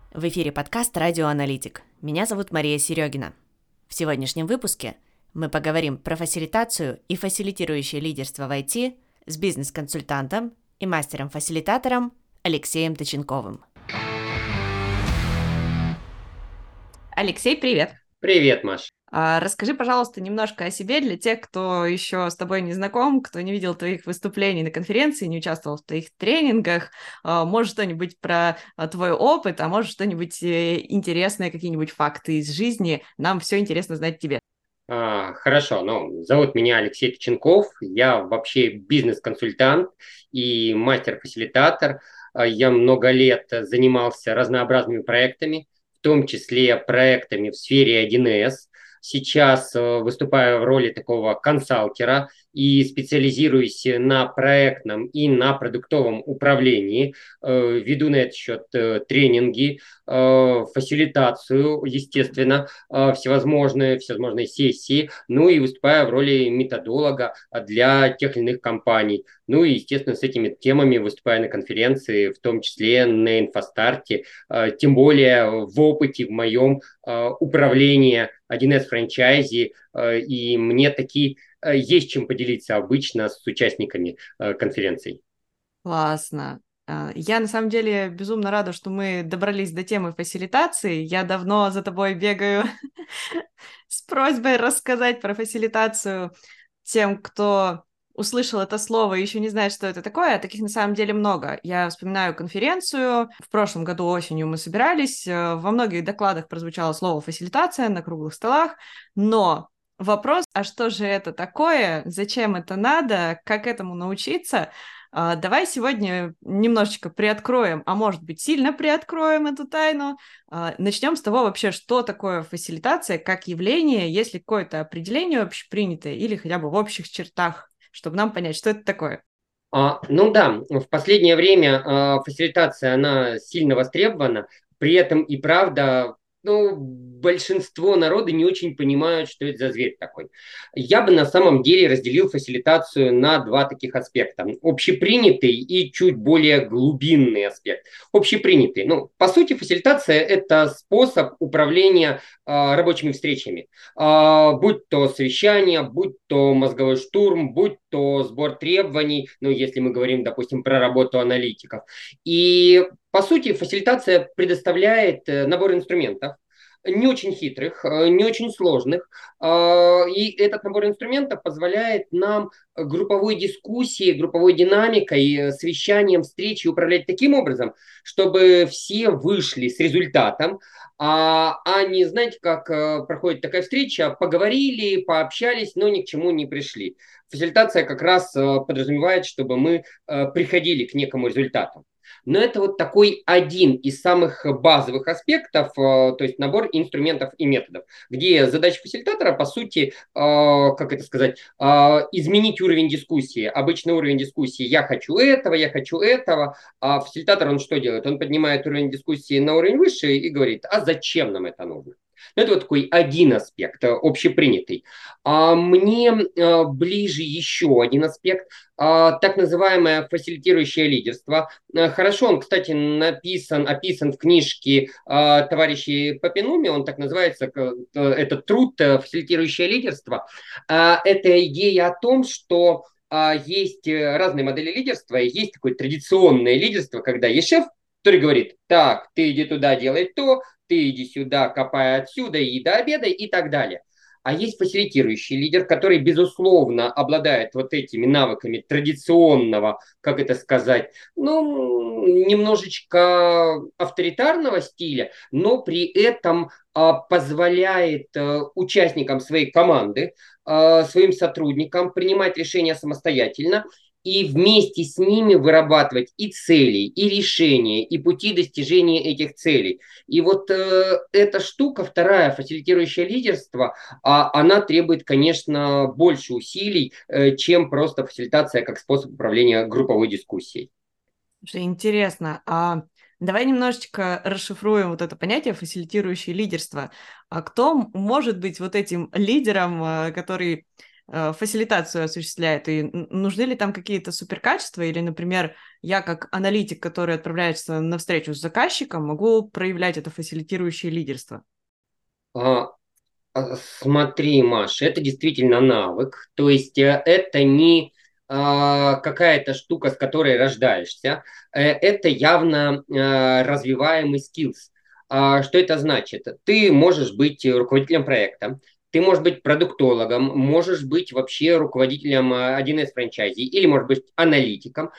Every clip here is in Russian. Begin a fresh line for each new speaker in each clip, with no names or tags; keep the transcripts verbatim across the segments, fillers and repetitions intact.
В эфире подкаст «Радиоаналитик». Меня зовут Мария Серегина. В сегодняшнем выпуске мы поговорим про фасилитацию и фасилитирующее лидерство в ай ти с бизнес-консультантом и мастером-фасилитатором Алексеем Точенковым. Алексей, привет!
Привет, Маш.
А, расскажи, пожалуйста, немножко о себе для тех, кто еще с тобой не знаком, кто не видел твоих выступлений на конференции, не участвовал в твоих тренингах. А, может, что-нибудь про а, твой опыт, а может, что-нибудь э, интересное, какие-нибудь факты из жизни. Нам все интересно знать тебе.
А, хорошо, ну, зовут меня Алексей Точенков. Я вообще бизнес-консультант и мастер-фасилитатор. А, Я много лет занимался разнообразными проектами, в том числе проектами в сфере один эс. Сейчас э, выступаю в роли такого консалтера и специализируюсь на проектном и на продуктовом управлении. Э, Веду на этот счет э, тренинги, э, фасилитацию, естественно, э, всевозможные, всевозможные сессии, ну и выступаю в роли методолога для тех или иных компаний. Ну и, естественно, с этими темами выступаю на конференции, в том числе на Инфостарте, э, тем более в опыте в моем э, управлении один эс франчайзи, э, и мне таки э, есть чем поделиться обычно с участниками э, конференций.
Классно. А, Я на самом деле безумно рада, что мы добрались до темы фасилитации. Я давно за тобой бегаю с просьбой рассказать про фасилитацию тем, кто услышал это слово и еще не знает, что это такое. А таких на самом деле много. Я вспоминаю конференцию. В прошлом году осенью мы собирались. э, Во многих докладах прозвучало слово фасилитация на круглых столах. Но вопрос, а что же это такое? Зачем это надо? Как этому научиться? А, Давай сегодня немножечко приоткроем, а может быть сильно приоткроем эту тайну. А, Начнем с того вообще, что такое фасилитация как явление, есть ли какое-то определение общепринятое или хотя бы в общих чертах, чтобы нам понять, что это такое.
А, ну да, в последнее время а, фасилитация, она сильно востребована, при этом и правда, ну, большинство народа не очень понимают, что это за зверь такой. Я бы на самом деле разделил фасилитацию на два таких аспекта. Общепринятый и чуть более глубинный аспект. Общепринятый. Ну, по сути, фасилитация – это способ управления а, рабочими встречами. А, будь то совещание, будь то мозговой штурм, будь то сбор требований, ну, если мы говорим, допустим, про работу аналитиков. И, по сути, фасилитация предоставляет э, набор инструментов, не очень хитрых, э, не очень сложных. А, И этот набор инструментов позволяет нам групповой дискуссией, групповой динамикой, э, совещанием, встречей управлять таким образом, чтобы все вышли с результатом, а, а не, знаете, как э, проходит такая встреча, поговорили, пообщались, но ни к чему не пришли. Фасилитация как раз э, подразумевает, чтобы мы э, приходили к некому результату. Но это вот такой один из самых базовых аспектов, э, то есть набор инструментов и методов, где задача фасилитатора, по сути, э, как это сказать, э, изменить уровень дискуссии. Обычный уровень дискуссии «я хочу этого, я хочу этого», а фасилитатор, он что делает? Он поднимает уровень дискуссии на уровень выше и говорит, а зачем нам это нужно? Ну, это вот такой один аспект, э, общепринятый. А мне э, ближе еще один аспект, а, так называемое фасилитирующее лидерство. Э, Хорошо, он, кстати, написан, описан в книжке а, товарищей Попенуми, он так называется, к- э, этот труд э, «Фасилитирующее лидерство». А, Это идея о том, что а, есть э, разные модели лидерства, и есть такое традиционное лидерство, когда есть шеф, который говорит, так, ты иди туда, делай то, ты иди сюда, копай отсюда, и до обеда, и так далее. А есть фасилитирующий лидер, который, безусловно, обладает вот этими навыками традиционного, как это сказать, ну, немножечко авторитарного стиля, но при этом а, позволяет а, участникам своей команды, а, своим сотрудникам принимать решения самостоятельно и вместе с ними вырабатывать и цели, и решения, и пути достижения этих целей. И вот э, эта штука, вторая, фасилитирующее лидерство, а она требует, конечно, больше усилий, э, чем просто фасилитация как способ управления групповой дискуссией.
Слушай, интересно. А давай немножечко расшифруем вот это понятие фасилитирующее лидерство. А кто м- может быть вот этим лидером, а, который э, фасилитацию осуществляет, и н- нужны ли там какие-то суперкачества, или, например, я как аналитик, который отправляется на встречу с заказчиком, могу проявлять это фасилитирующее лидерство?
А, а, Смотри, Маша, это действительно навык, то есть э, это не а, какая-то штука, с которой рождаешься, Э, это явно а, развиваемый skills. А, Что это значит? Ты можешь быть руководителем проекта, ты можешь быть продуктологом, можешь быть вообще руководителем а, один эс франчайзи или, может быть, аналитиком.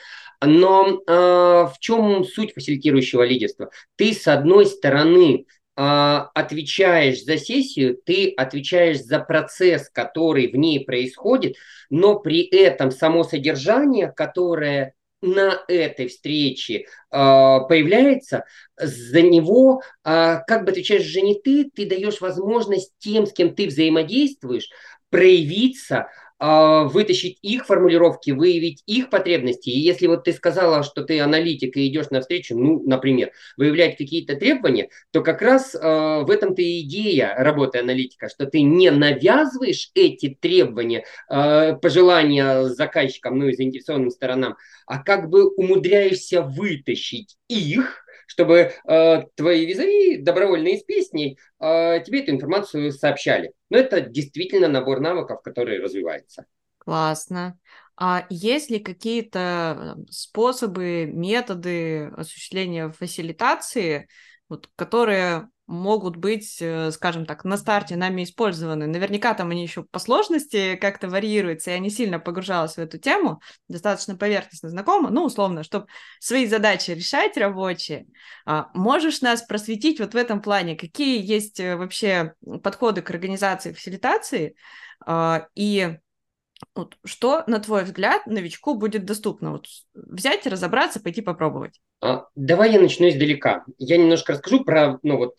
Но а, в чем суть фасилитирующего лидерства? Ты, с одной стороны, а, отвечаешь за сессию, ты отвечаешь за процесс, который в ней происходит, но при этом само содержание, которое на этой встрече а, появляется, за него а, как бы отвечаешь же не ты, ты даешь возможность тем, с кем ты взаимодействуешь, проявиться, а, вытащить их формулировки, выявить их потребности. И если вот ты сказала, что ты аналитик и идешь навстречу, ну, например, выявлять какие-то требования, то как раз э, в этом-то и идея работы аналитика, что ты не навязываешь эти требования, э, пожелания заказчикам, ну и заинтересованным сторонам, а как бы умудряешься вытащить их, чтобы э, твои визави, добровольные из песней, э, тебе эту информацию сообщали. Но это действительно набор навыков, который развивается.
Классно. А есть ли какие-то э, способы, методы осуществления фасилитации, вот, которые могут быть, э, скажем так, на старте нами использованы? Наверняка там они еще по сложности как-то варьируются, я не сильно погружалась в эту тему, достаточно поверхностно знакома, ну, условно, чтобы свои задачи решать рабочие. А можешь нас просветить вот в этом плане? Какие есть э, вообще подходы к организации фасилитации? А, и вот что, на твой взгляд, новичку будет доступно? Вот взять, разобраться, пойти попробовать.
А, Давай я начну издалека. Я немножко расскажу про ну, вот,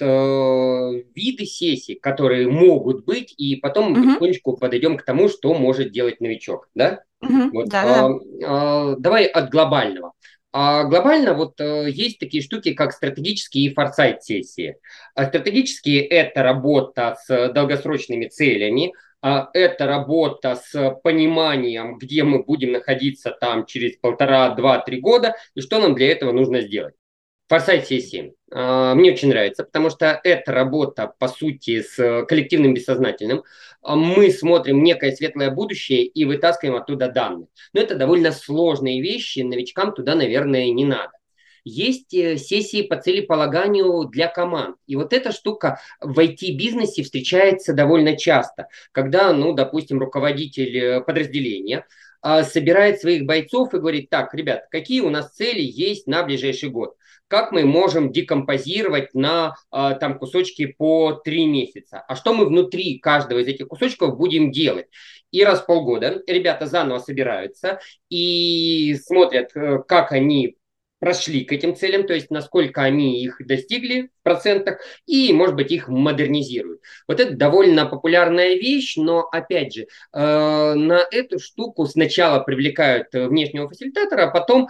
э, виды сессий, которые могут быть, и потом мы
Угу,
потихонечку подойдем к тому, что может делать новичок. Да?
угу,
Вот, а,
да-да-да.
а, давай от глобального. А глобально вот э, есть такие штуки, как стратегические и форсайт-сессии. А стратегические – это работа с долгосрочными целями, а это работа с пониманием, где мы будем находиться там через полтора, два, три года и что нам для этого нужно сделать. Форсайт сессии. А, Мне очень нравится, потому что это работа, по сути, с коллективным бессознательным. А Мы смотрим некое светлое будущее и вытаскиваем оттуда данные. Но это довольно сложные вещи, новичкам туда, наверное, не надо. Есть э, сессии по целеполаганию для команд. И вот эта штука в ай ти-бизнесе встречается довольно часто, когда, ну, допустим, руководитель э, подразделения а, собирает своих бойцов и говорит: так, ребят, какие у нас цели есть на ближайший год? Как мы можем декомпозировать на а, там кусочки по три месяца? А что мы внутри каждого из этих кусочков будем делать? И раз в полгода ребята заново собираются и смотрят, э, как они прошли к этим целям, то есть насколько они их достигли в процентах, и, может быть, их модернизируют. Вот это довольно популярная вещь, но, опять же, э, на эту штуку сначала привлекают внешнего фасилитатора, а потом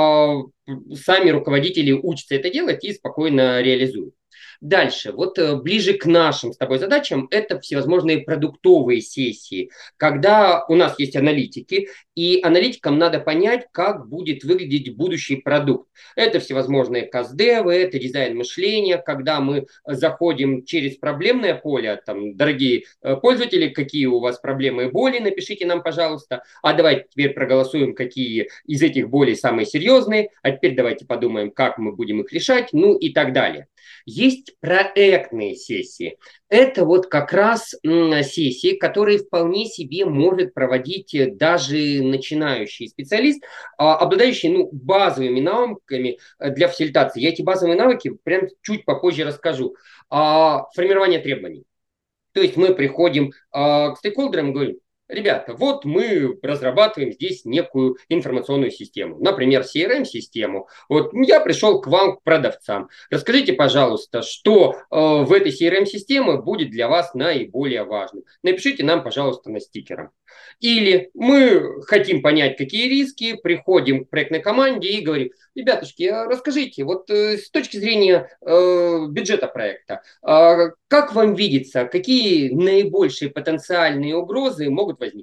э, сами руководители учатся это делать и спокойно реализуют. Дальше, вот э, ближе к нашим с тобой задачам, это всевозможные продуктовые сессии, когда у нас есть аналитики, и аналитикам надо понять, как будет выглядеть будущий продукт. Это всевозможные каздевы, это дизайн мышления, когда мы заходим через проблемное поле, там, дорогие э, пользователи, какие у вас проблемы и боли, напишите нам, пожалуйста, а давайте теперь проголосуем, какие из этих болей самые серьезные, а теперь давайте подумаем, как мы будем их решать, ну и так далее. Есть проектные сессии. Это вот как раз сессии, которые вполне себе может проводить даже начинающий специалист, а, обладающий ну, базовыми навыками для фасилитации. Я эти базовые навыки прям чуть попозже расскажу. А, Формирование требований. То есть мы приходим а, к стейкхолдерам и говорим: ребята, вот мы разрабатываем здесь некую информационную систему, например, си ар эм-систему. Вот я пришел к вам, к продавцам. Расскажите, пожалуйста, что э, в этой си ар эм-системе будет для вас наиболее важным. Напишите нам, пожалуйста, на стикерах. Или мы хотим понять, какие риски, приходим к проектной команде и говорим: ребятушки, а расскажите, вот э, с точки зрения э, бюджета проекта, э, как вам видится, какие наибольшие потенциальные угрозы могут возникнуть?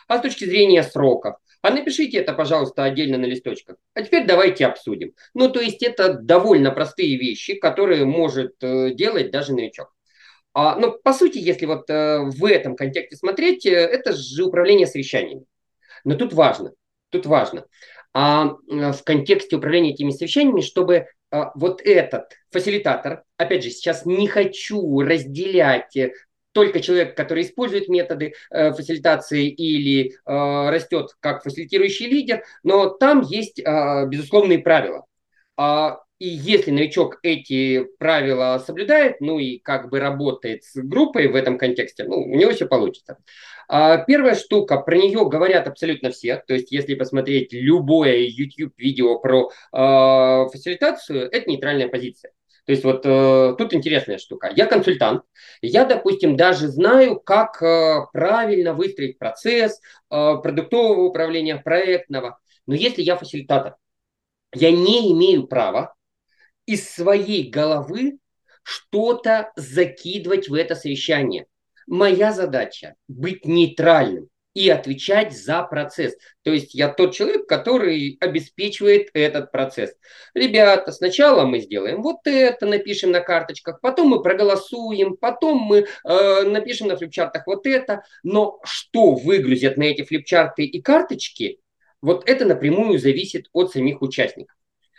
а с точки зрения сроков. А напишите это, пожалуйста, отдельно на листочках. А теперь давайте обсудим. Ну, то есть это довольно простые вещи, которые может э, делать даже новичок. А, ну, по сути, если вот э, в этом контексте смотреть, э, это же управление совещаниями. Но тут важно, тут важно, а, э, в контексте управления этими совещаниями, чтобы а, вот этот фасилитатор, опять же, сейчас не хочу разделять э, только человек, который использует методы э, фасилитации или э, растет как фасилитирующий лидер, но там есть э, безусловные правила. А, и если новичок эти правила соблюдает, ну и как бы работает с группой в этом контексте, ну, у него все получится. А, первая штука, про нее говорят абсолютно все. То есть, если посмотреть любое YouTube-видео про э, фасилитацию, это нейтральная позиция. То есть вот э, тут интересная штука. Я консультант. Я, допустим, даже знаю, как э, правильно выстроить процесс э, продуктового управления, проектного. Но если я фасилитатор, я не имею права из своей головы что-то закидывать в это совещание. Моя задача быть нейтральным и отвечать за процесс. То есть я тот человек, который обеспечивает этот процесс. Ребята, сначала мы сделаем вот это, напишем на карточках, потом мы проголосуем, потом мы э, напишем на флипчартах вот это. Но что выгрузят на эти флипчарты и карточки, вот это напрямую зависит от самих участников.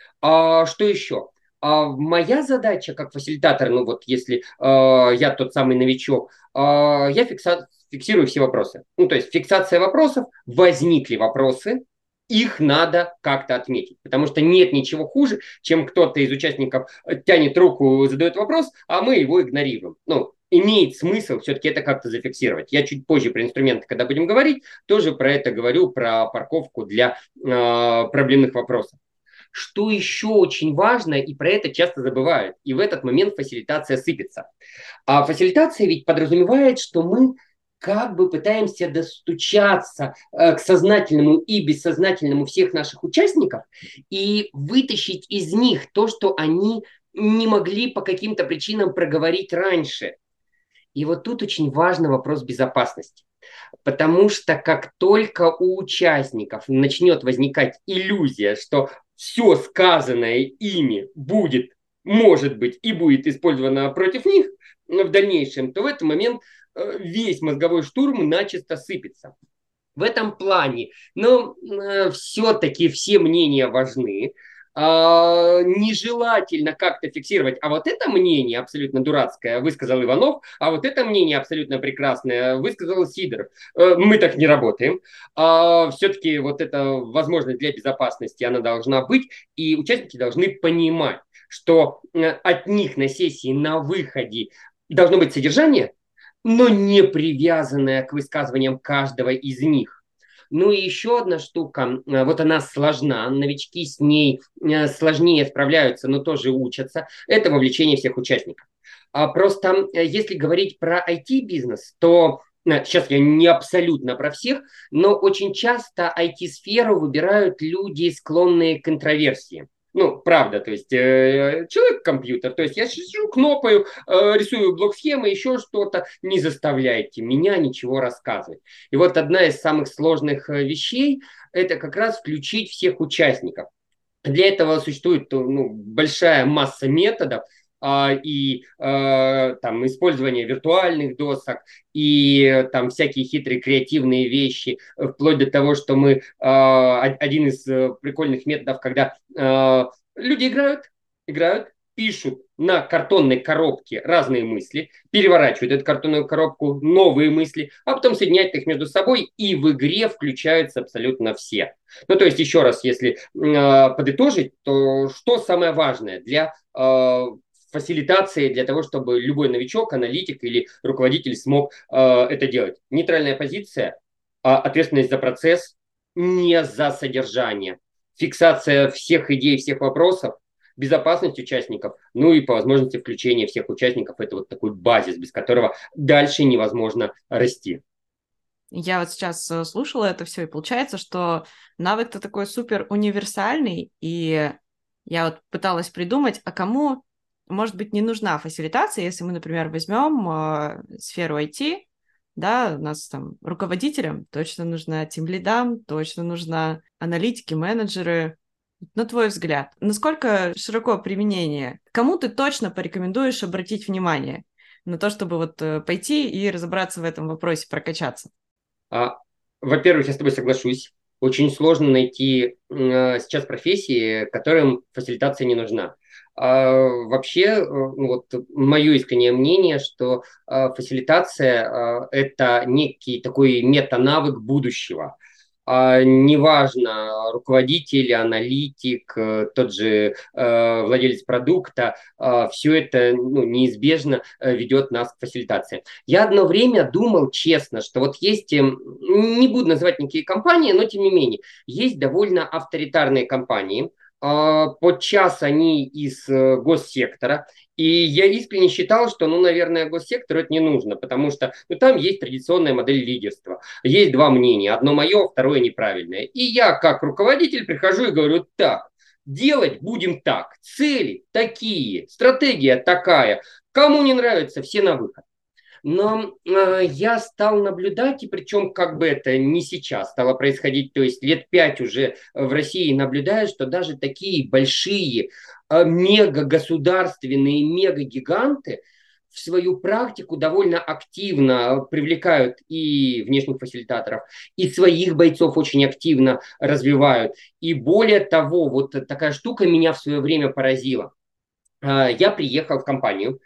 А что еще? А моя задача как фасилитатор, ну вот если э, я тот самый новичок, э, я фикса- фиксирую все вопросы. Ну то есть фиксация вопросов, возникли вопросы, их надо как-то отметить. Потому что нет ничего хуже, чем кто-то из участников тянет руку, задает вопрос, а мы его игнорируем. Ну, имеет смысл все-таки это как-то зафиксировать. Я чуть позже про инструменты, когда будем говорить, тоже про это говорю, про парковку для э, проблемных вопросов. Что еще очень важно, и про это часто забывают, и в этот момент фасилитация сыпется. А фасилитация ведь подразумевает, что мы как бы пытаемся достучаться э, к сознательному и бессознательному всех наших участников и вытащить из них то, что они не могли по каким-то причинам проговорить раньше. И вот тут очень важный вопрос безопасности. Потому что как только у участников начнет возникать иллюзия, что все сказанное ими будет, может быть и будет использовано против них в дальнейшем, то в этот момент э, весь мозговой штурм начисто сыпется. В этом плане, но э, все-таки все мнения важны. А, нежелательно как-то фиксировать, а вот это мнение абсолютно дурацкое высказал Иванов, а вот это мнение абсолютно прекрасное высказал Сидоров. Э, мы так не работаем. А, все-таки вот эта возможность для безопасности, она должна быть, и участники должны понимать, что э, от них на сессии, на выходе должно быть содержание, но не привязанная к высказываниям каждого из них. Ну и еще одна штука, э, вот она сложна, новички с ней э, сложнее справляются, но тоже учатся, это вовлечение всех участников. А просто э, если говорить про ай ти-бизнес, то э, сейчас я не абсолютно про всех, но очень часто ай ти-сферу выбирают люди, склонные к интроверсии. Ну, правда, то есть э, человек-компьютер, то есть я сижу, кнопаю, э, рисую блок-схемы, еще что-то, не заставляйте меня ничего рассказывать. И вот одна из самых сложных э, вещей – это как раз включить всех участников. Для этого существует ну, большая масса методов, а, и а, там использование виртуальных досок, и там всякие хитрые креативные вещи, вплоть до того, что мы а, один из э, прикольных методов, когда а, люди играют, играют, пишут на картонной коробке разные мысли, переворачивают эту картонную коробку, новые мысли, а потом соединяют их между собой, и в игре включаются абсолютно все. Ну, то есть, еще раз, если э, подытожить, то что самое важное для э, фасилитации, для того, чтобы любой новичок, аналитик или руководитель смог э, это делать? Нейтральная позиция, э, ответственность за процесс, не за содержание, фиксация всех идей, всех вопросов, безопасность участников, ну и по возможности включение всех участников. Это вот такой базис, без которого дальше невозможно расти.
Я вот сейчас э, слушала это все, и получается, что навык-то такой супер универсальный, и я вот пыталась придумать, а кому, может быть, не нужна фасилитация, если мы, например, возьмем э, сферу ай ти, Да, у нас там руководителям точно нужна, тимлидам точно нужна, аналитики, менеджеры. На твой взгляд, насколько широко применение? Кому ты точно порекомендуешь обратить внимание на то, чтобы вот э, пойти и разобраться в этом вопросе, прокачаться?
А, во-первых, я с тобой соглашусь. Очень сложно найти э, сейчас профессии, которым фасилитация не нужна. А, вообще, э, ну вот мое искреннее мнение, что э, фасилитация э, это некий такой мета-навык будущего. А, неважно, руководитель, аналитик, э, тот же э, владелец продукта, все это ну, неизбежно э, ведет нас к фасилитации. Я одно время думал честно, что вот есть, эм, не буду называть никакие компании, но тем не менее, есть довольно авторитарные компании. А, Подчас они из э, госсектора. И я искренне считал, что, ну, наверное, госсектору это не нужно, потому что ну, там есть традиционная модель лидерства. Есть два мнения. Одно мое, второе неправильное. И я, как руководитель, прихожу и говорю, так, делать будем так. Цели такие, стратегия такая. Кому не нравится, все на выход. Но э, я стал наблюдать, и причем как бы это не сейчас стало происходить, то есть лет пять уже в России наблюдаю, что даже такие большие э, мега-государственные мега-гиганты в свою практику довольно активно привлекают и внешних фасилитаторов, и своих бойцов очень активно развивают. И более того, вот такая штука меня в свое время поразила. А, Я приехал в компанию,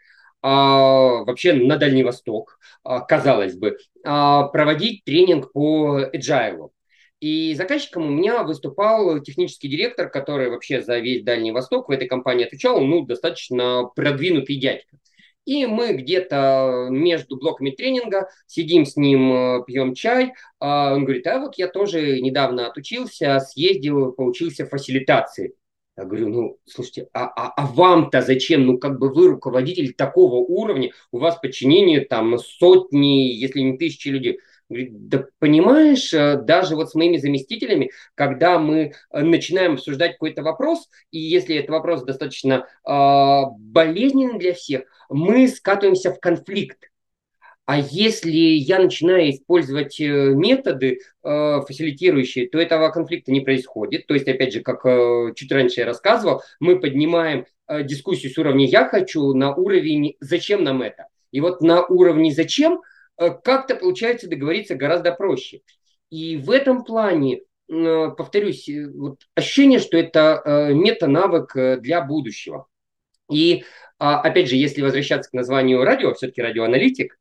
а, вообще на Дальний Восток, а, казалось бы, а, проводить тренинг по agile. И заказчиком у меня выступал технический директор, который вообще за весь Дальний Восток в этой компании отвечал, ну, достаточно продвинутый дядька. И мы где-то между блоками тренинга сидим с ним, э, пьем чай. А Он говорит, а вот я тоже недавно отучился, съездил, поучился фасилитации. Я говорю, ну, слушайте, а, а, а вам-то зачем? Ну, как бы вы руководитель такого уровня, у вас подчинение там сотни, если не тысячи людей. Говорит, да понимаешь, э, даже вот с моими заместителями, когда мы э, начинаем обсуждать какой-то вопрос, и если этот вопрос достаточно э, болезненный для всех, мы скатываемся в конфликт. А если я начинаю использовать э, методы э, фасилитирующие, то этого конфликта не происходит. То есть, опять же, как э, чуть раньше я рассказывал, мы поднимаем э, дискуссию с уровня «я хочу» на уровень «зачем нам это?». И вот на уровне «зачем» э, как-то получается договориться гораздо проще. И в этом плане, э, повторюсь, э, вот ощущение, что это э, мета-навык э, для будущего. И а, опять же, если возвращаться к названию радио, все-таки радиоаналитик,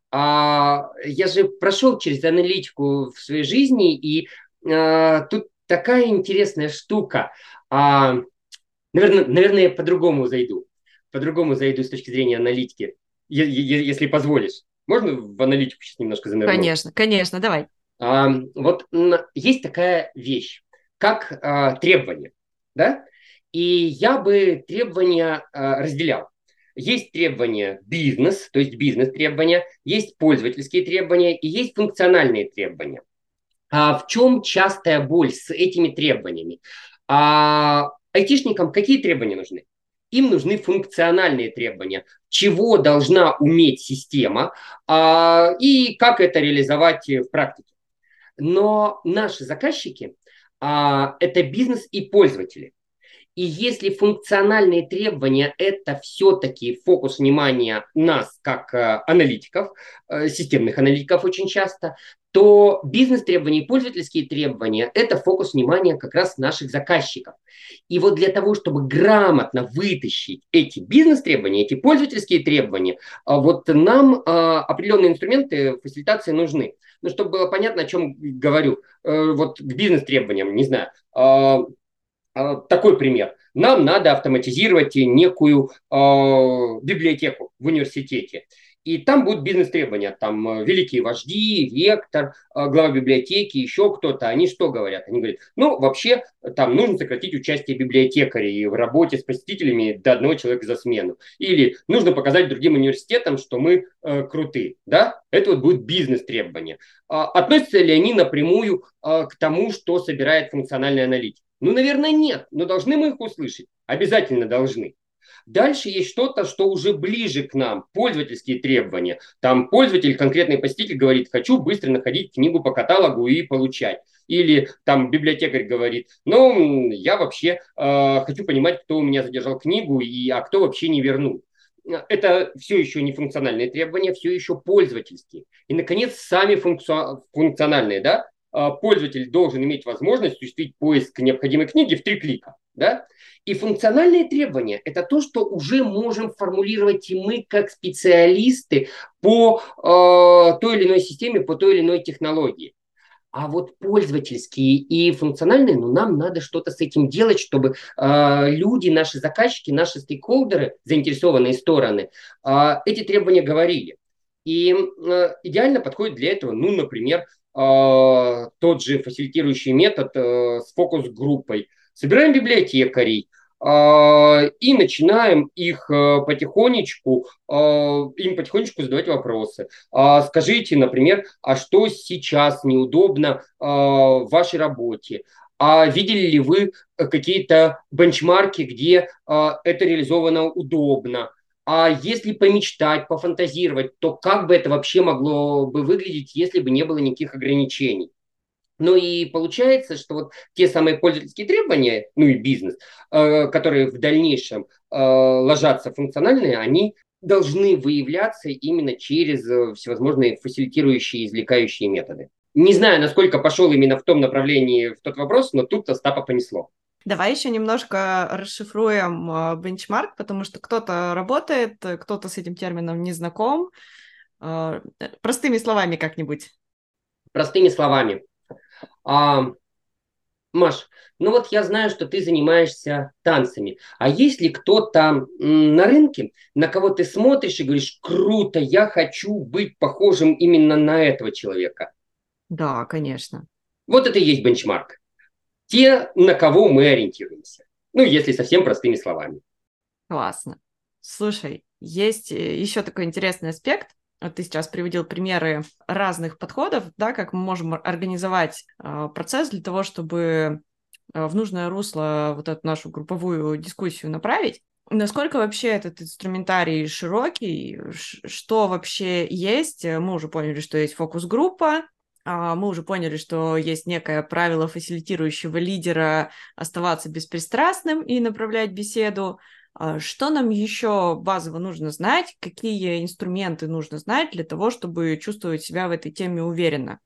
а, я же прошел через аналитику в своей жизни, и а, тут такая интересная штука. А, наверное, наверное, я по-другому зайду. По-другому зайду с точки зрения аналитики, е- е- если позволишь. Можно в аналитику сейчас немножко занырну?
Конечно, конечно, давай.
А, вот м, есть такая вещь, как а, требования, да? И я бы требования а, разделял. Есть требования бизнес, то есть бизнес-требования, есть пользовательские требования и есть функциональные требования. А в чем частая боль с этими требованиями? А айтишникам какие требования нужны? Им нужны функциональные требования. Чего должна уметь система а, и как это реализовать в практике. Но наши заказчики а, это бизнес и пользователи. И если функциональные требования – это все-таки фокус внимания нас, как э, аналитиков, э, системных аналитиков очень часто, то бизнес-требования и пользовательские требования – это фокус внимания как раз наших заказчиков. И вот для того, чтобы грамотно вытащить эти бизнес-требования, эти пользовательские требования, а, вот нам а, определенные инструменты фасилитации нужны. Ну, чтобы было понятно, о чем говорю. Э, Вот к бизнес-требованиям, не знаю, а, а, такой пример. Нам надо автоматизировать некую э, библиотеку в университете. И там будут бизнес-требования. Там э, великие вожди, ректор, э, глава библиотеки, еще кто-то. Они что говорят? Они говорят, ну, вообще, там нужно сократить участие библиотекарей в работе с посетителями до одного человека за смену. Или нужно показать другим университетам, что мы э, крутые. Да? Это вот будет бизнес-требования. А, относятся ли они напрямую э, к тому, что собирает функциональная аналитика? Ну, наверное, нет, но должны мы их услышать? Обязательно должны. Дальше есть что-то, что уже ближе к нам, пользовательские требования. Там пользователь, конкретный посетитель говорит, хочу быстро находить книгу по каталогу и получать. Или там библиотекарь говорит, ну, я вообще э, хочу понимать, кто у меня задержал книгу, и, а кто вообще не вернул. Это все еще не функциональные требования, все еще пользовательские. И, наконец, сами функци- функциональные, да, а, пользователь должен иметь возможность осуществить поиск необходимой книги в три клика, да. И функциональные требования – это то, что уже можем формулировать и мы, как специалисты по э, той или иной системе, по той или иной технологии. А вот пользовательские и функциональные, ну, нам надо что-то с этим делать, чтобы э, люди, наши заказчики, наши стейкхолдеры, заинтересованные стороны, э, эти требования говорили. И э, идеально подходит для этого, ну, например, э, тот же фасилитирующий метод э, с фокус-группой. Собираем библиотекарей, э, и начинаем их э, потихонечку, э, им потихонечку задавать вопросы. А, скажите, например, а что сейчас неудобно а, в вашей работе? А видели ли вы какие-то бенчмарки, где а, это реализовано удобно? А если помечтать, пофантазировать, то как бы это вообще могло бы выглядеть, если бы не было никаких ограничений? Ну и получается, что вот те самые пользовательские требования, ну и бизнес, э, которые в дальнейшем э, ложатся функциональные, они должны выявляться именно через э, всевозможные фасилитирующие, извлекающие методы. Не знаю, насколько пошел именно в том направлении в тот вопрос, но тут Остапа понесло.
Давай еще немножко расшифруем э, бенчмарк, потому что кто-то работает, э, кто-то с этим термином не знаком. Э, простыми словами как-нибудь.
Простыми словами. А, Маш, ну вот я знаю, что ты занимаешься танцами. А есть ли кто-то м, на рынке, на кого ты смотришь и говоришь, круто, я хочу быть похожим именно на этого человека?
Да, конечно.
Вот это и есть бенчмарк. Те, на кого мы ориентируемся. Ну, если совсем простыми словами.
Классно. Слушай, есть э, еще такой интересный аспект. Вот ты сейчас приводил примеры разных подходов, да, как мы можем организовать э, процесс для того, чтобы э, в нужное русло вот эту нашу групповую дискуссию направить. Насколько вообще этот инструментарий широкий, ш- что вообще есть? Мы уже поняли, что есть фокус-группа, а, мы уже поняли, что есть некое правило фасилитирующего лидера оставаться беспристрастным и направлять беседу. А что нам еще базово нужно знать? Какие инструменты нужно знать для того, чтобы чувствовать себя в этой теме уверенно?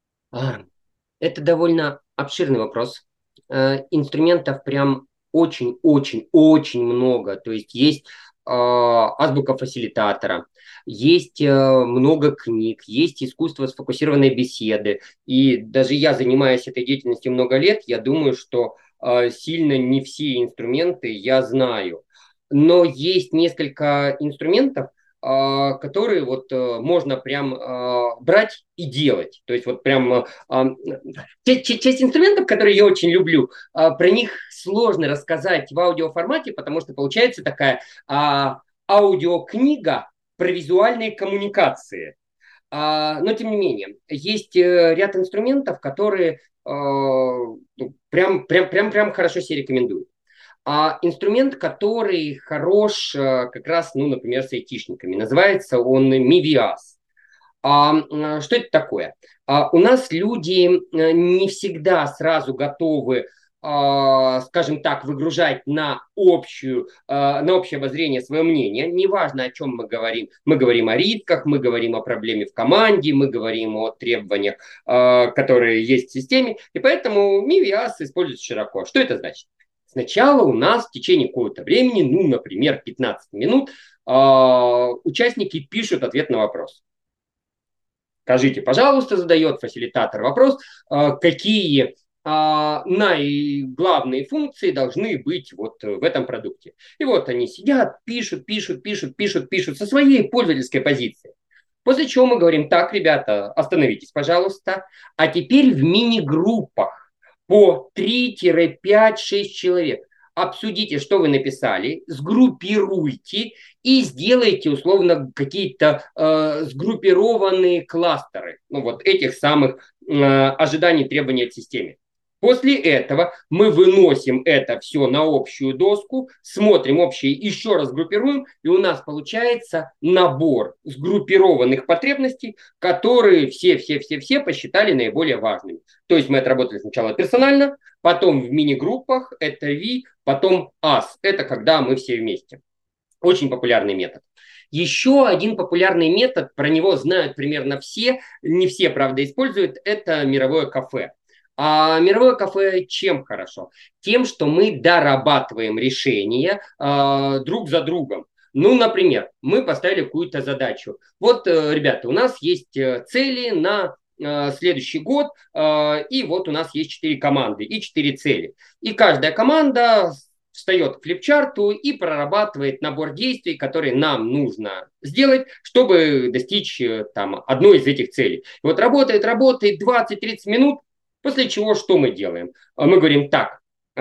А, это довольно обширный вопрос. Э, Инструментов прям очень-очень-очень много. То есть есть э, азбука фасилитатора, есть э, много книг, есть искусство сфокусированной беседы. И даже я, занимаясь этой деятельностью много лет, я думаю, что э, сильно не все инструменты я знаю. Но есть несколько инструментов, а, которые вот э, можно прям а, брать и делать. То есть вот прям а, а, те- те- часть инструментов, которые я очень люблю, а, про них сложно рассказать в аудиоформате, потому что получается такая а, аудиокнига про визуальные коммуникации. А, но тем не менее, есть э, ряд инструментов, которые э, ну, прям, прям, прям, прям хорошо себе рекомендую. А инструмент, который хорош э, как раз, ну, например, с айтишниками, называется он Mivias. А, м, что это такое? А, у нас люди э, не всегда сразу готовы, а, скажем так, выгружать на общую, а, на общее обозрение свое мнение. Неважно, о чем мы говорим. Мы говорим о рисках, мы говорим о проблеме в команде, мы говорим о требованиях, а, которые есть в системе. И поэтому Mivias используется широко. Что это значит? Сначала у нас в течение какого-то времени, ну, например, пятнадцать минут, а, участники пишут ответ на вопрос. Скажите, пожалуйста, задает фасилитатор вопрос, а, какие а, наиглавные функции должны быть вот в этом продукте. И вот они сидят, пишут, пишут, пишут, пишут, пишут со своей пользовательской позиции. После чего мы говорим, так, ребята, остановитесь, пожалуйста, а теперь в мини-группах по три-пять-шесть человек обсудите, что вы написали, сгруппируйте и сделайте условно какие-то э, сгруппированные кластеры, ну вот этих самых э, ожиданий, требований от системы. После этого мы выносим это все на общую доску, смотрим общие, еще раз группируем, и у нас получается набор сгруппированных потребностей, которые все-все-все-все посчитали наиболее важными. То есть мы отработали сначала персонально, потом в мини-группах, это ви, потом ас, это когда мы все вместе. Очень популярный метод. Еще один популярный метод, про него знают примерно все, не все, правда, используют, это мировое кафе. А мировое кафе чем хорошо? Тем, что мы дорабатываем решения э, друг за другом. Ну, например, мы поставили какую-то задачу. Вот, э, ребята, у нас есть цели на э, следующий год, э, и вот у нас есть четыре команды и четыре цели. И каждая команда встает к флипчарту и прорабатывает набор действий, которые нам нужно сделать, чтобы достичь там одной из этих целей. И вот работает, работает двадцать-тридцать минут, после чего что мы делаем? Мы говорим так,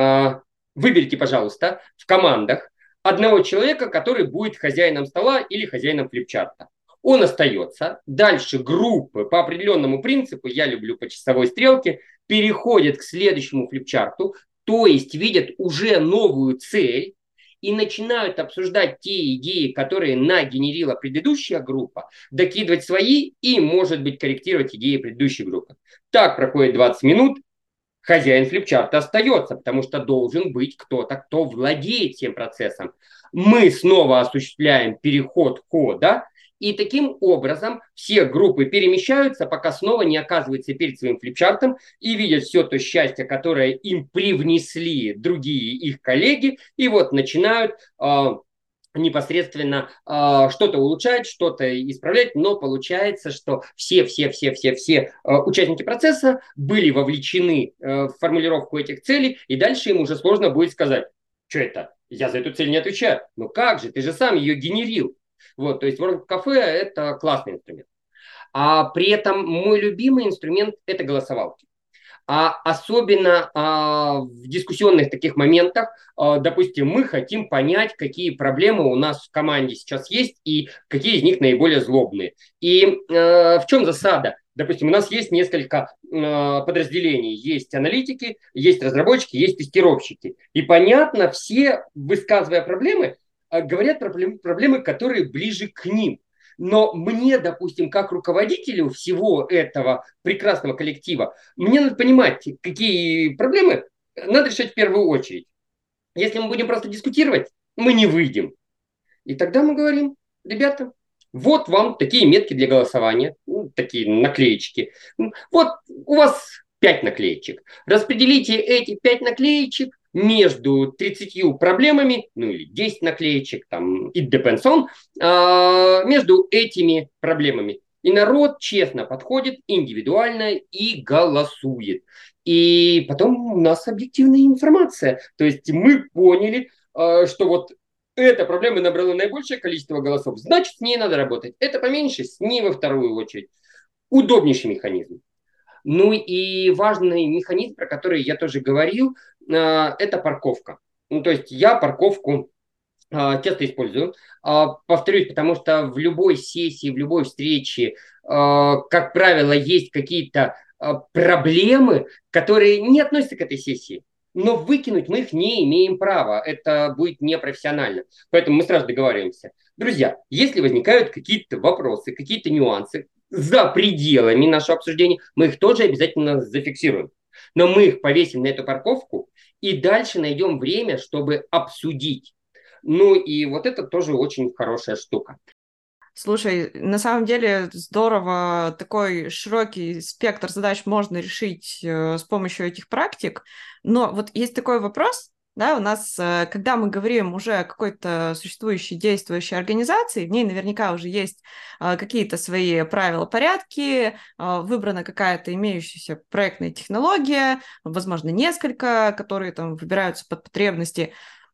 выберите, пожалуйста, в командах одного человека, который будет хозяином стола или хозяином флипчарта. Он остается. Дальше группы по определенному принципу, я люблю по часовой стрелке, переходят к следующему флипчарту, то есть видят уже новую цель и начинают обсуждать те идеи, которые нагенерила предыдущая группа, докидывать свои и, может быть, корректировать идеи предыдущей группы. Так проходит двадцать минут, хозяин флипчарта остается, потому что должен быть кто-то, кто владеет всем процессом. Мы снова осуществляем переход кода, и таким образом все группы перемещаются, пока снова не оказываются перед своим флипчартом и видят все то счастье, которое им привнесли другие их коллеги, и вот начинают э, непосредственно э, что-то улучшать, что-то исправлять, но получается, что все-все-все-все-все э, участники процесса были вовлечены э, в формулировку этих целей, и дальше им уже сложно будет сказать, что это, я за эту цель не отвечаю. Ну как же, ты же сам ее генерил. Вот, то есть World Cafe – это классный инструмент. А при этом мой любимый инструмент – это голосовалки. А особенно а, в дискуссионных таких моментах, а, допустим, мы хотим понять, какие проблемы у нас в команде сейчас есть и какие из них наиболее злобные. И а, в чем засада? Допустим, у нас есть несколько а, подразделений. Есть аналитики, есть разработчики, есть тестировщики. И понятно, все, высказывая проблемы, говорят про проблемы, которые ближе к ним. Но мне, допустим, как руководителю всего этого прекрасного коллектива, мне надо понимать, какие проблемы надо решать в первую очередь. Если мы будем просто дискутировать, мы не выйдем. И тогда мы говорим, ребята, вот вам такие метки для голосования, ну, такие наклеечки. Вот у вас пять наклеечек. Распределите эти пять наклеечек между тридцатью проблемами, ну или десять наклеечек, там, it depends on, а, между этими проблемами. И народ честно подходит, индивидуально и голосует. И потом у нас объективная информация. То есть мы поняли, что вот эта проблема набрала наибольшее количество голосов, значит, с ней надо работать. Это поменьше, с ней во вторую очередь. Удобнейший механизм. Ну и важный механизм, про который я тоже говорил, это парковка. Ну, то есть я парковку часто использую. Повторюсь, потому что в любой сессии, в любой встрече, как правило, есть какие-то проблемы, которые не относятся к этой сессии. Но выкинуть мы их не имеем права. Это будет непрофессионально. Поэтому мы сразу договариваемся. Друзья, если возникают какие-то вопросы, какие-то нюансы за пределами нашего обсуждения, мы их тоже обязательно зафиксируем. Но мы их повесим на эту парковку и дальше найдем время, чтобы обсудить. Ну и вот это тоже очень хорошая штука.
Слушай, на самом деле здорово, такой широкий спектр задач можно решить э, с помощью этих практик, но вот есть такой вопрос, да, у нас, э, когда мы говорим уже о какой-то существующей, действующей организации, в ней наверняка уже есть э, какие-то свои правила, порядки, э, выбрана какая-то имеющаяся проектная технология, возможно, несколько, которые там выбираются под потребности.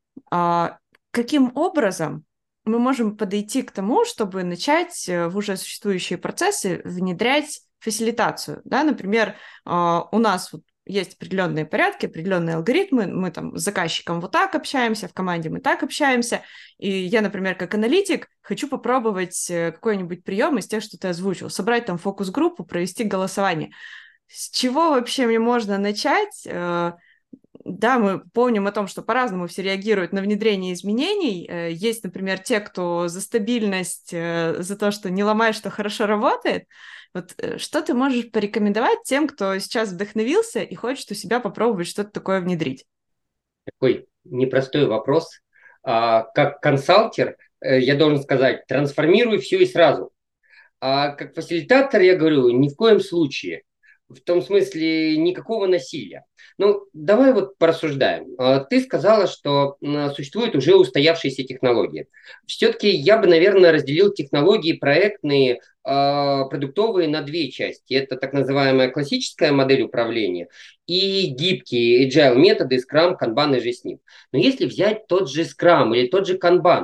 Э, каким образом мы можем подойти к тому, чтобы начать в уже существующие процессы внедрять фасилитацию. Да? Например, у нас вот есть определенные порядки, определенные алгоритмы, мы там с заказчиком вот так общаемся, в команде мы так общаемся, и я, например, как аналитик хочу попробовать какой-нибудь прием из тех, что ты озвучил, собрать там фокус-группу, провести голосование. С чего вообще мне можно начать? Э, Да, мы помним о том, что по-разному все реагируют на внедрение изменений. Э, Есть, например, те, кто за стабильность, э, за то, что не ломай, что хорошо работает. Вот э, что ты можешь порекомендовать тем, кто сейчас вдохновился и хочет у себя попробовать что-то такое внедрить?
Такой непростой вопрос. А, как консалтер, э, я должен сказать, трансформируй все и сразу. А как фасилитатор я говорю, ни в коем случае. В том смысле никакого насилия. Ну, давай вот порассуждаем. А, Ты сказала, что м, существуют уже устоявшиеся технологии. Все-таки я бы, наверное, разделил технологии проектные, а, продуктовые на две части. Это так называемая классическая модель управления и гибкие agile методы Scrum, Kanban и же с ним. Но если взять тот же Scrum или тот же Kanban,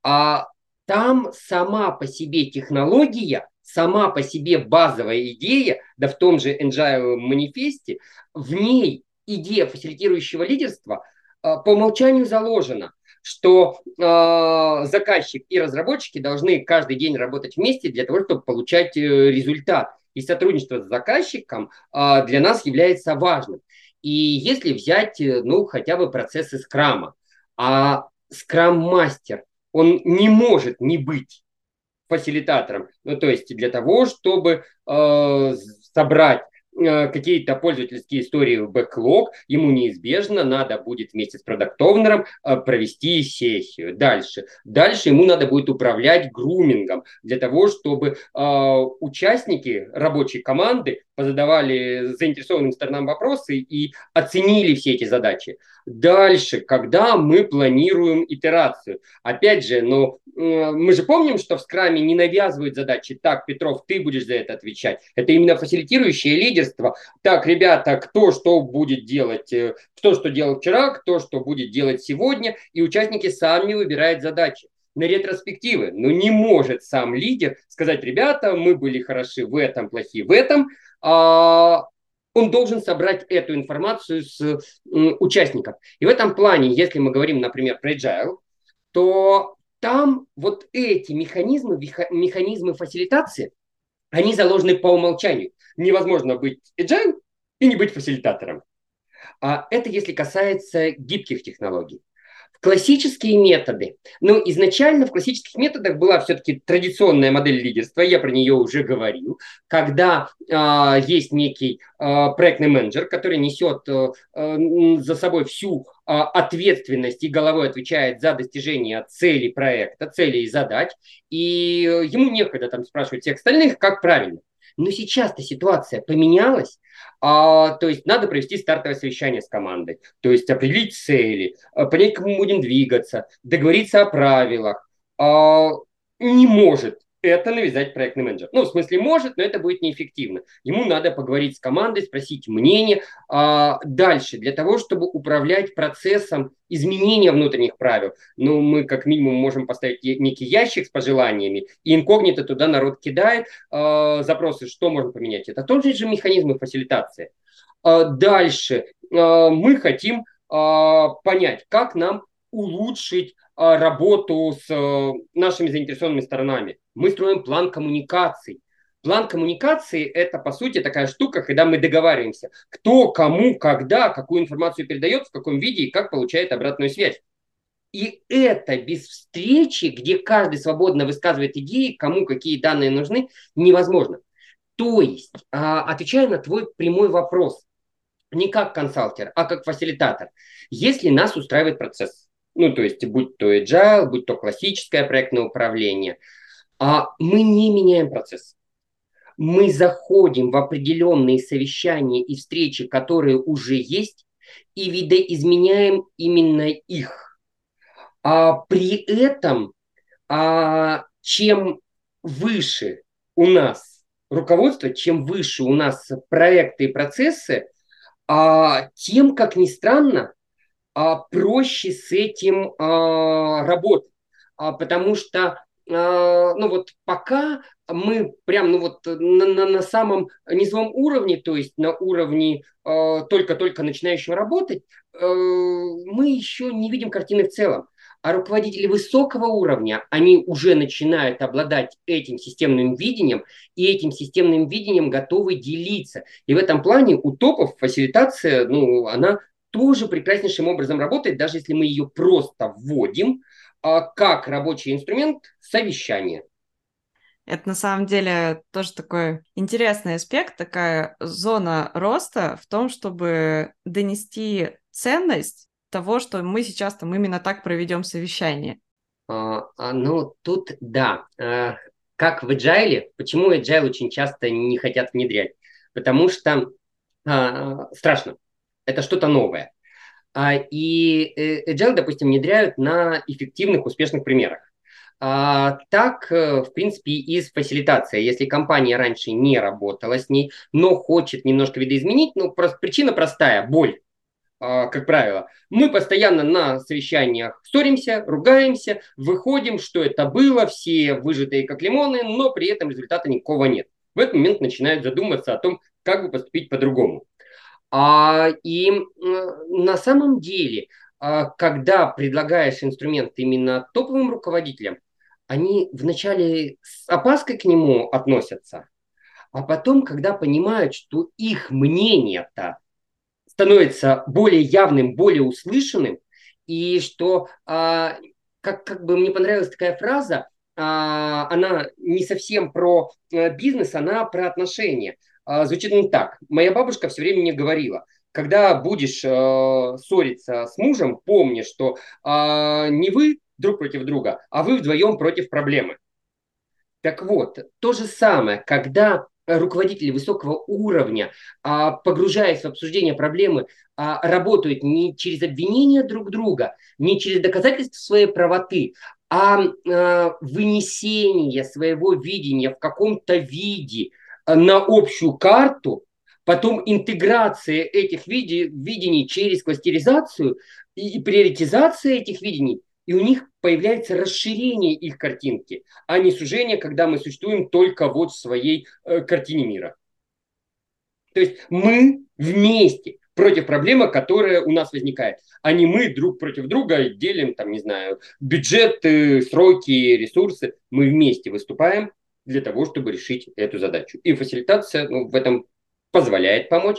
а там сама по себе технология, сама по себе базовая идея, да в том же Agile манифесте, в ней идея фасилитирующего лидерства э, по умолчанию заложена, что э, заказчик и разработчики должны каждый день работать вместе для того, чтобы получать э, результат. И сотрудничество с заказчиком э, для нас является важным. И если взять, э, ну, хотя бы процессы скрама, а скрам-мастер, он не может не быть фасилитатором. Ну, то есть для того, чтобы э, собрать э, какие-то пользовательские истории в бэклог, ему неизбежно надо будет вместе с продакт-оунером э, провести сессию. Дальше. Дальше ему надо будет управлять грумингом для того, чтобы э, участники рабочей команды позадавали заинтересованным сторонам вопросы и оценили все эти задачи. Дальше, когда мы планируем итерацию. Опять же, ну, мы же помним, что в скраме не навязывают задачи. Так, Петров, ты будешь за это отвечать. Это именно фасилитирующее лидерство. Так, ребята, кто что будет делать, э, кто что делал вчера, кто что будет делать сегодня, и участники сами выбирают задачи на ретроспективы. Но не может сам лидер сказать, ребята, мы были хороши в этом, плохи в этом. А он должен собрать эту информацию с м, участников. И в этом плане, если мы говорим, например, про agile, то там вот эти механизмы, механизмы фасилитации, они заложены по умолчанию. Невозможно быть agile и не быть фасилитатором. А это если касается гибких технологий. Классические методы. Ну, изначально в классических методах была все-таки традиционная модель лидерства, я про нее уже говорил, когда э, есть некий э, проектный менеджер, который несет э, за собой всю э, ответственность и головой отвечает за достижение целей проекта, целей и задач, и э, ему некогда там спрашивать всех остальных, как правильно. Но сейчас-то ситуация поменялась, а, то есть надо провести стартовое совещание с командой, то есть определить цели, а, понять, кому будем двигаться, договориться о правилах. А, не может это навязать проектный менеджер. Ну, в смысле может, но это будет неэффективно. Ему надо поговорить с командой, спросить мнение. А, дальше, для того, чтобы управлять процессом изменения внутренних правил, ну, мы как минимум можем поставить некий ящик с пожеланиями, и инкогнито туда народ кидает э, запросы, что можно поменять. Это тот же механизм фасилитации. Э, дальше э, мы хотим э, понять, как нам улучшить э, работу с э, нашими заинтересованными сторонами. Мы строим план коммуникаций. План коммуникации – это, по сути, такая штука, когда мы договариваемся, кто, кому, когда, какую информацию передает, в каком виде и как получает обратную связь. И это без встречи, где каждый свободно высказывает идеи, кому какие данные нужны, невозможно. То есть, а, отвечая на твой прямой вопрос, не как консалтер, а как фасилитатор, если нас устраивает процесс, ну, то есть, будь то agile, будь то классическое проектное управление, а мы не меняем процесс. Мы заходим в определенные совещания и встречи, которые уже есть, и видоизменяем именно их. А при этом, а, чем выше у нас руководство, чем выше у нас проекты и процессы, а, тем, как ни странно, а, проще с этим а, работать. А, потому что, а, ну вот пока мы прям, ну вот на, на, на самом низовом уровне, то есть на уровне а, только-только начинающего работать, а, мы еще не видим картины в целом. А руководители высокого уровня, они уже начинают обладать этим системным видением, и этим системным видением готовы делиться. И в этом плане у топов фасилитация, ну, она тоже прекраснейшим образом работает, даже если мы ее просто вводим, а, как рабочий инструмент совещания.
Это на самом деле тоже такой интересный аспект, такая зона роста в том, чтобы донести ценность того, что мы сейчас там именно так проведем совещание.
А, а, ну, тут да. А, как в Agile, почему Agile очень часто не хотят внедрять? Потому что а, страшно. Это что-то новое. А, и э, Agile, допустим, внедряют на эффективных, успешных примерах. А, так, э, в принципе, и с фасилитацией. Если компания раньше не работала с ней, но хочет немножко видоизменить, ну, просто причина простая – боль. А, как правило. Мы постоянно на совещаниях ссоримся, ругаемся, выходим, что это было, все выжатые как лимоны, но при этом результата никакого нет. В этот момент начинают задумываться о том, как бы поступить по-другому. А, и м, на самом деле, а, когда предлагаешь инструмент именно топовым руководителям, они вначале с опаской к нему относятся, а потом, когда понимают, что их мнение-то становится более явным, более услышанным, и что, а, как, как бы мне понравилась такая фраза, а, она не совсем про а, бизнес, она про отношения. А, звучит не так. Моя бабушка все время мне говорила, когда будешь э, ссориться с мужем, помни, что э, не вы друг против друга, а вы вдвоем против проблемы. Так вот, то же самое, когда руководители высокого уровня, а, погружаясь в обсуждение проблемы, а, работают не через обвинение друг друга, не через доказательство своей правоты, а, а вынесение своего видения в каком-то виде а, на общую карту, потом интеграция этих виде, видений через кластеризацию и, и приоритизация этих видений, и у них появляется расширение их картинки, а не сужение, когда мы существуем только вот в своей э, картине мира. То есть мы вместе против проблемы, которая у нас возникает, а не мы друг против друга делим, там, не знаю, бюджеты, сроки, ресурсы. Мы вместе выступаем для того, чтобы решить эту задачу. И фасилитация, ну, в этом позволяет помочь.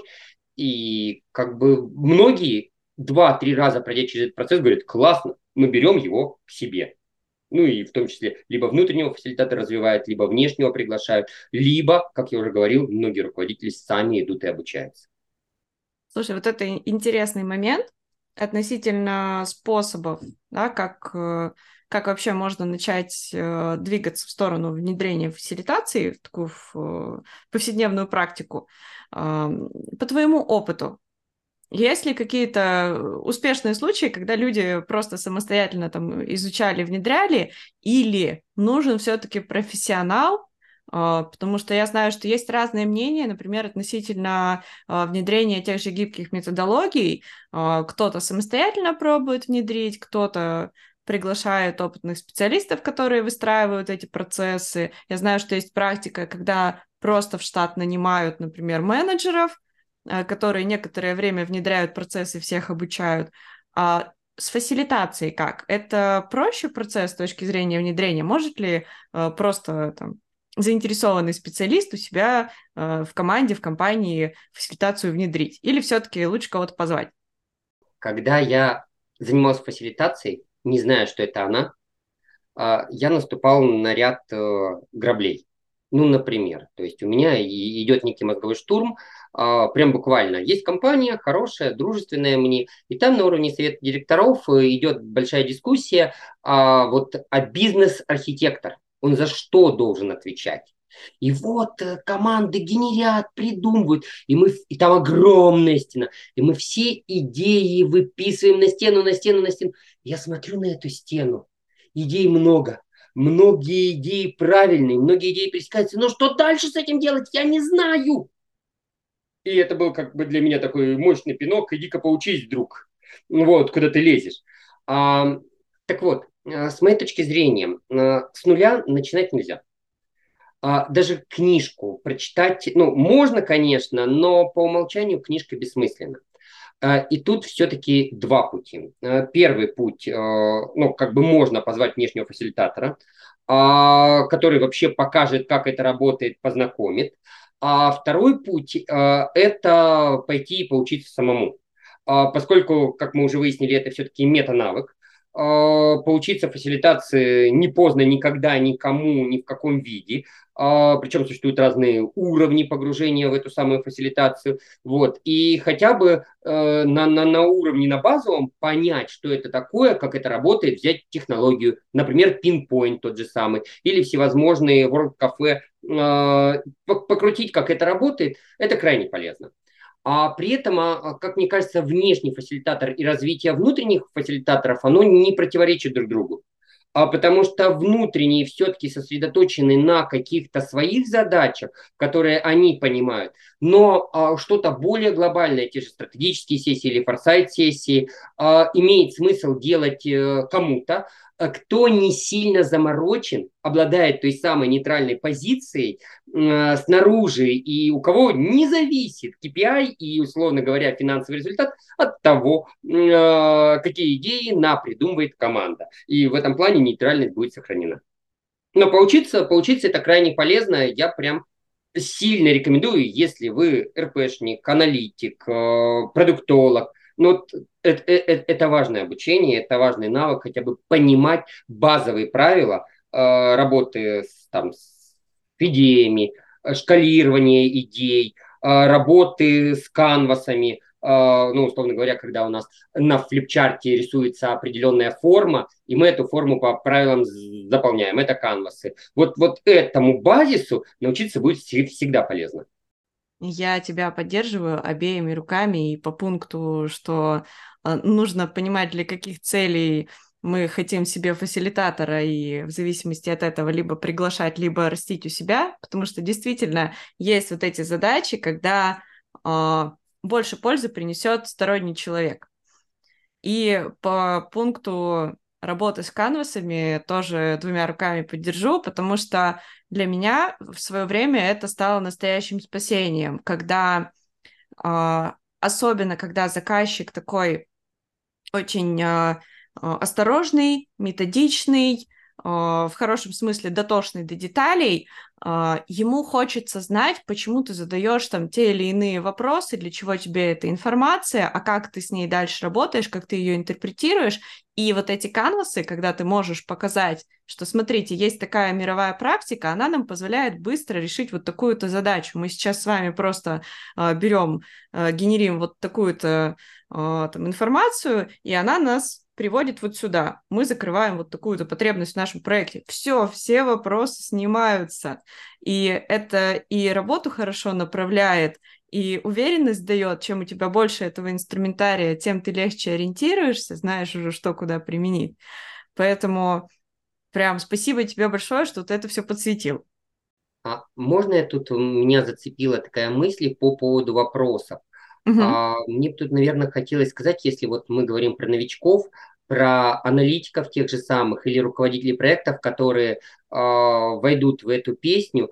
И как бы многие два-три раза пройдя через этот процесс говорят: классно, мы берем его к себе. Ну и в том числе либо внутреннего фасилитатора развивают, либо внешнего приглашают, либо, как я уже говорил, многие руководители сами идут и обучаются.
Слушай, вот это интересный момент относительно способов, да, как, э, как вообще можно начать э, двигаться в сторону внедрения фасилитации в такую в, э, повседневную практику. Э, по твоему опыту, есть ли какие-то успешные случаи, когда люди просто самостоятельно там изучали, внедряли, или нужен все-таки профессионал? А, потому что я знаю, что есть разные мнения, например, относительно а, внедрения тех же гибких методологий. А, кто-то самостоятельно пробует внедрить, кто-то приглашает опытных специалистов, которые выстраивают эти процессы. Я знаю, что есть практика, когда просто в штат нанимают, например, менеджеров, а, которые некоторое время внедряют процессы, всех обучают. А с фасилитацией как? Это проще процесс с точки зрения внедрения? Может ли а, просто там заинтересованный специалист у себя э, в команде, в компании фасилитацию внедрить? Или все-таки лучше кого-то позвать?
Когда я занимался фасилитацией, не зная, что это она, а, я наступал на ряд э, граблей. Ну, например, то есть у меня и- идет некий мозговой штурм, а, прям буквально. Есть компания хорошая, дружественная мне, и там на уровне совета директоров э, идет большая дискуссия, а, вот, а бизнес-архитектор, он за что должен отвечать? И вот э, команды генерят, придумывают, и, мы, и там огромная стена, и мы все идеи выписываем на стену, на стену, на стену. Я смотрю на эту стену, идей много. Многие идеи правильные, многие идеи пересекаются. Но что дальше с этим делать, я не знаю. И это был как бы для меня такой мощный пинок. Иди-ка поучись, друг. Вот, куда ты лезешь. А, так вот, а, с моей точки зрения, а, с нуля начинать нельзя. А, даже книжку прочитать, ну, можно, конечно, но по умолчанию книжка бессмысленна. И тут все-таки два пути. Первый путь, ну, как бы можно позвать внешнего фасилитатора, который вообще покажет, как это работает, познакомит. А второй путь – это пойти и поучиться самому. Поскольку, как мы уже выяснили, это все-таки мета-навык, поучиться фасилитации не поздно никогда, никому, ни в каком виде. Причем существуют разные уровни погружения в эту самую фасилитацию. Вот. И хотя бы э, на, на, на уровне, на базовом понять, что это такое, как это работает, взять технологию, например, Pinpoint тот же самый, или всевозможные World Cafe, э, покрутить, как это работает, это крайне полезно. А при этом, а, как мне кажется, внешний фасилитатор и развитие внутренних фасилитаторов, оно не противоречит друг другу. А потому что внутренние все-таки сосредоточены на каких-то своих задачах, которые они понимают, но а, что-то более глобальное, те же стратегические сессии или форсайт-сессии, а, имеет смысл делать а, кому-то, а, кто не сильно заморочен, обладает той самой нейтральной позицией а, снаружи, и у кого не зависит кей пи ай и, условно говоря, финансовый результат от того, а, какие идеи напридумывает команда. И в этом плане нейтральность будет сохранена. Но поучиться, поучиться это крайне полезно. Я прям сильно рекомендую, если вы эр пэ шник, аналитик, э, продуктолог. Но вот это, это, это важное обучение, это важный навык, хотя бы понимать базовые правила э, работы с, там, с идеями, шкалирования идей, э, работы с канвасами, ну, условно говоря, когда у нас на флипчарте рисуется определенная форма, и мы эту форму по правилам заполняем. Это канвасы. Вот, вот этому базису научиться будет всегда полезно.
Я тебя поддерживаю обеими руками и по пункту, что нужно понимать, для каких целей мы хотим себе фасилитатора, и в зависимости от этого либо приглашать, либо растить у себя, потому что действительно есть вот эти задачи, когда больше пользы принесет сторонний человек. И по пункту работы с канвасами тоже двумя руками поддержу, потому что для меня в свое время это стало настоящим спасением, когда, особенно когда заказчик такой очень осторожный, методичный, в хорошем смысле дотошный до деталей, ему хочется знать, почему ты задаешь там те или иные вопросы, для чего тебе эта информация, а как ты с ней дальше работаешь, как ты ее интерпретируешь. И вот эти канвасы, когда ты можешь показать, что, смотрите, есть такая мировая практика, она нам позволяет быстро решить вот такую-то задачу. Мы сейчас с вами просто берем, генерим вот такую-то там информацию, и она нас приводит вот сюда. Мы закрываем вот такую-то потребность в нашем проекте. Все, все вопросы снимаются. И это и работу хорошо направляет, и уверенность дает. Чем у тебя больше этого инструментария, тем ты легче ориентируешься, знаешь уже, что куда применить. Поэтому прям спасибо тебе большое, что ты это все подсветил.
А можно я тут, меня зацепила такая мысль по поводу вопросов.
Угу.
А, мне тут, наверное, хотелось сказать, если вот мы говорим про новичков, про аналитиков тех же самых или руководителей проектов, которые а, войдут в эту песню,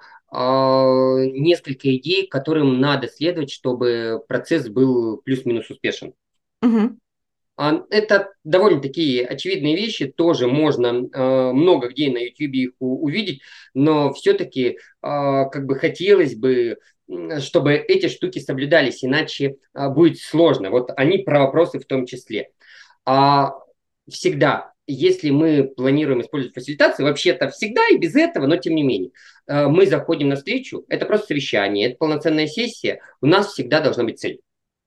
а, несколько идей, которым надо следовать, чтобы процесс был плюс-минус успешен.
Угу.
А, Это довольно такие очевидные вещи, тоже можно э, много где на ютубе их у- увидеть, но все-таки как бы хотелось бы, м, чтобы эти штуки соблюдались, иначе а, будет сложно. Вот они про вопросы в том числе. А всегда, если мы планируем использовать фасилитацию, вообще-то всегда и без этого, но тем не менее, э, мы заходим на встречу, это просто совещание, это полноценная сессия, у нас всегда должна быть цель.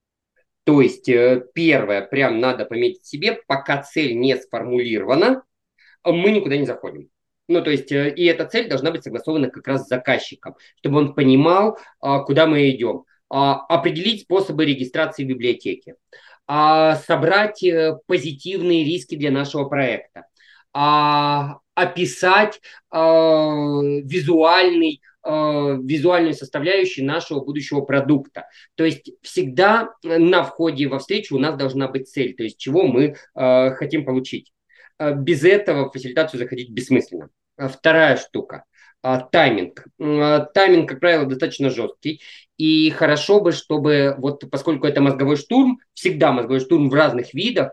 То есть, э, первое, прям надо пометить себе, пока цель не сформулирована, э, мы никуда не заходим. Ну, то есть, э, и эта цель должна быть согласована как раз с заказчиком, чтобы он понимал, а, куда мы идем. А, Определить способы регистрации в библиотеке, а, собрать э, позитивные риски для нашего проекта, а, описать а, визуальный э, визуальную составляющую нашего будущего продукта. То есть всегда на входе во встречу у нас должна быть цель, то есть чего мы э, хотим получить. Э, Без этого в фасилитацию заходить бессмысленно. Э, Вторая штука. а, тайминг. М, а, Тайминг, как правило, достаточно жесткий. И хорошо бы, чтобы, вот поскольку это мозговой штурм, всегда мозговой штурм в разных видах,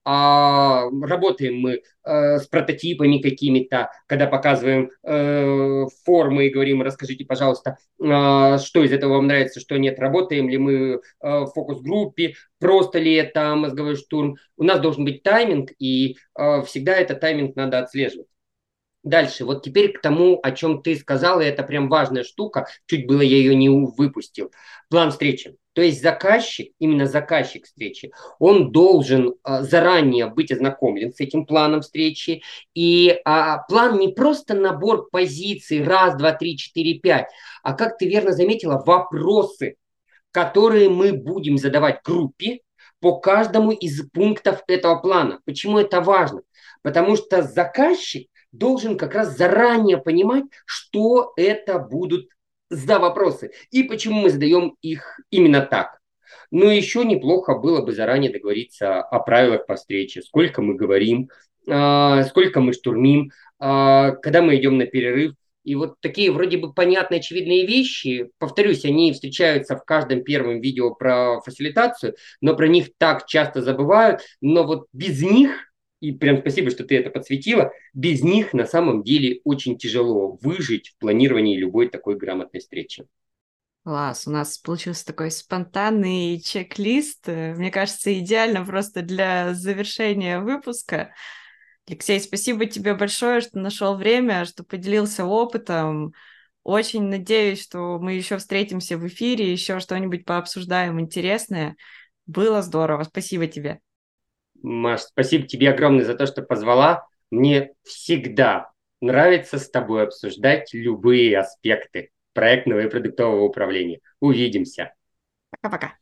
а, работаем мы э, с прототипами какими-то, когда показываем э, формы и говорим, расскажите, пожалуйста, а, что из этого вам нравится, что нет, работаем ли мы э, в фокус-группе, просто ли это мозговой штурм. У нас должен быть тайминг, и э, всегда этот тайминг надо отслеживать. Дальше, вот теперь к тому, о чем ты сказал, и это прям важная штука, чуть было я ее не выпустил. План встречи. То есть заказчик, именно заказчик встречи, он должен а, заранее быть ознакомлен с этим планом встречи. И а, план не просто набор позиций раз, два, три, четыре, пять, а, как ты верно заметила, вопросы, которые мы будем задавать группе по каждому из пунктов этого плана. Почему это важно? Потому что заказчик должен как раз заранее понимать, что это будут за вопросы и почему мы задаем их именно так. Но еще неплохо было бы заранее договориться о правилах по встрече, сколько мы говорим, а, сколько мы штурмим, а, когда мы идем на перерыв. И вот такие вроде бы понятные, очевидные вещи, повторюсь, они встречаются в каждом первом видео про фасилитацию, но про них так часто забывают, но вот без них, и прям спасибо, что ты это подсветила, без них на самом деле очень тяжело выжить в планировании любой такой грамотной встречи.
Класс, у нас получился такой спонтанный чек-лист. э, Мне кажется, идеально просто для завершения выпуска. Алексей, спасибо тебе большое, что нашел время, что поделился опытом. Очень надеюсь, что мы еще встретимся в эфире, еще что-нибудь пообсуждаем интересное. Было здорово. Спасибо тебе.
Маш, спасибо тебе огромное за то, что позвала. Мне всегда нравится с тобой обсуждать любые аспекты проектного и продуктового управления. Увидимся.
Пока-пока.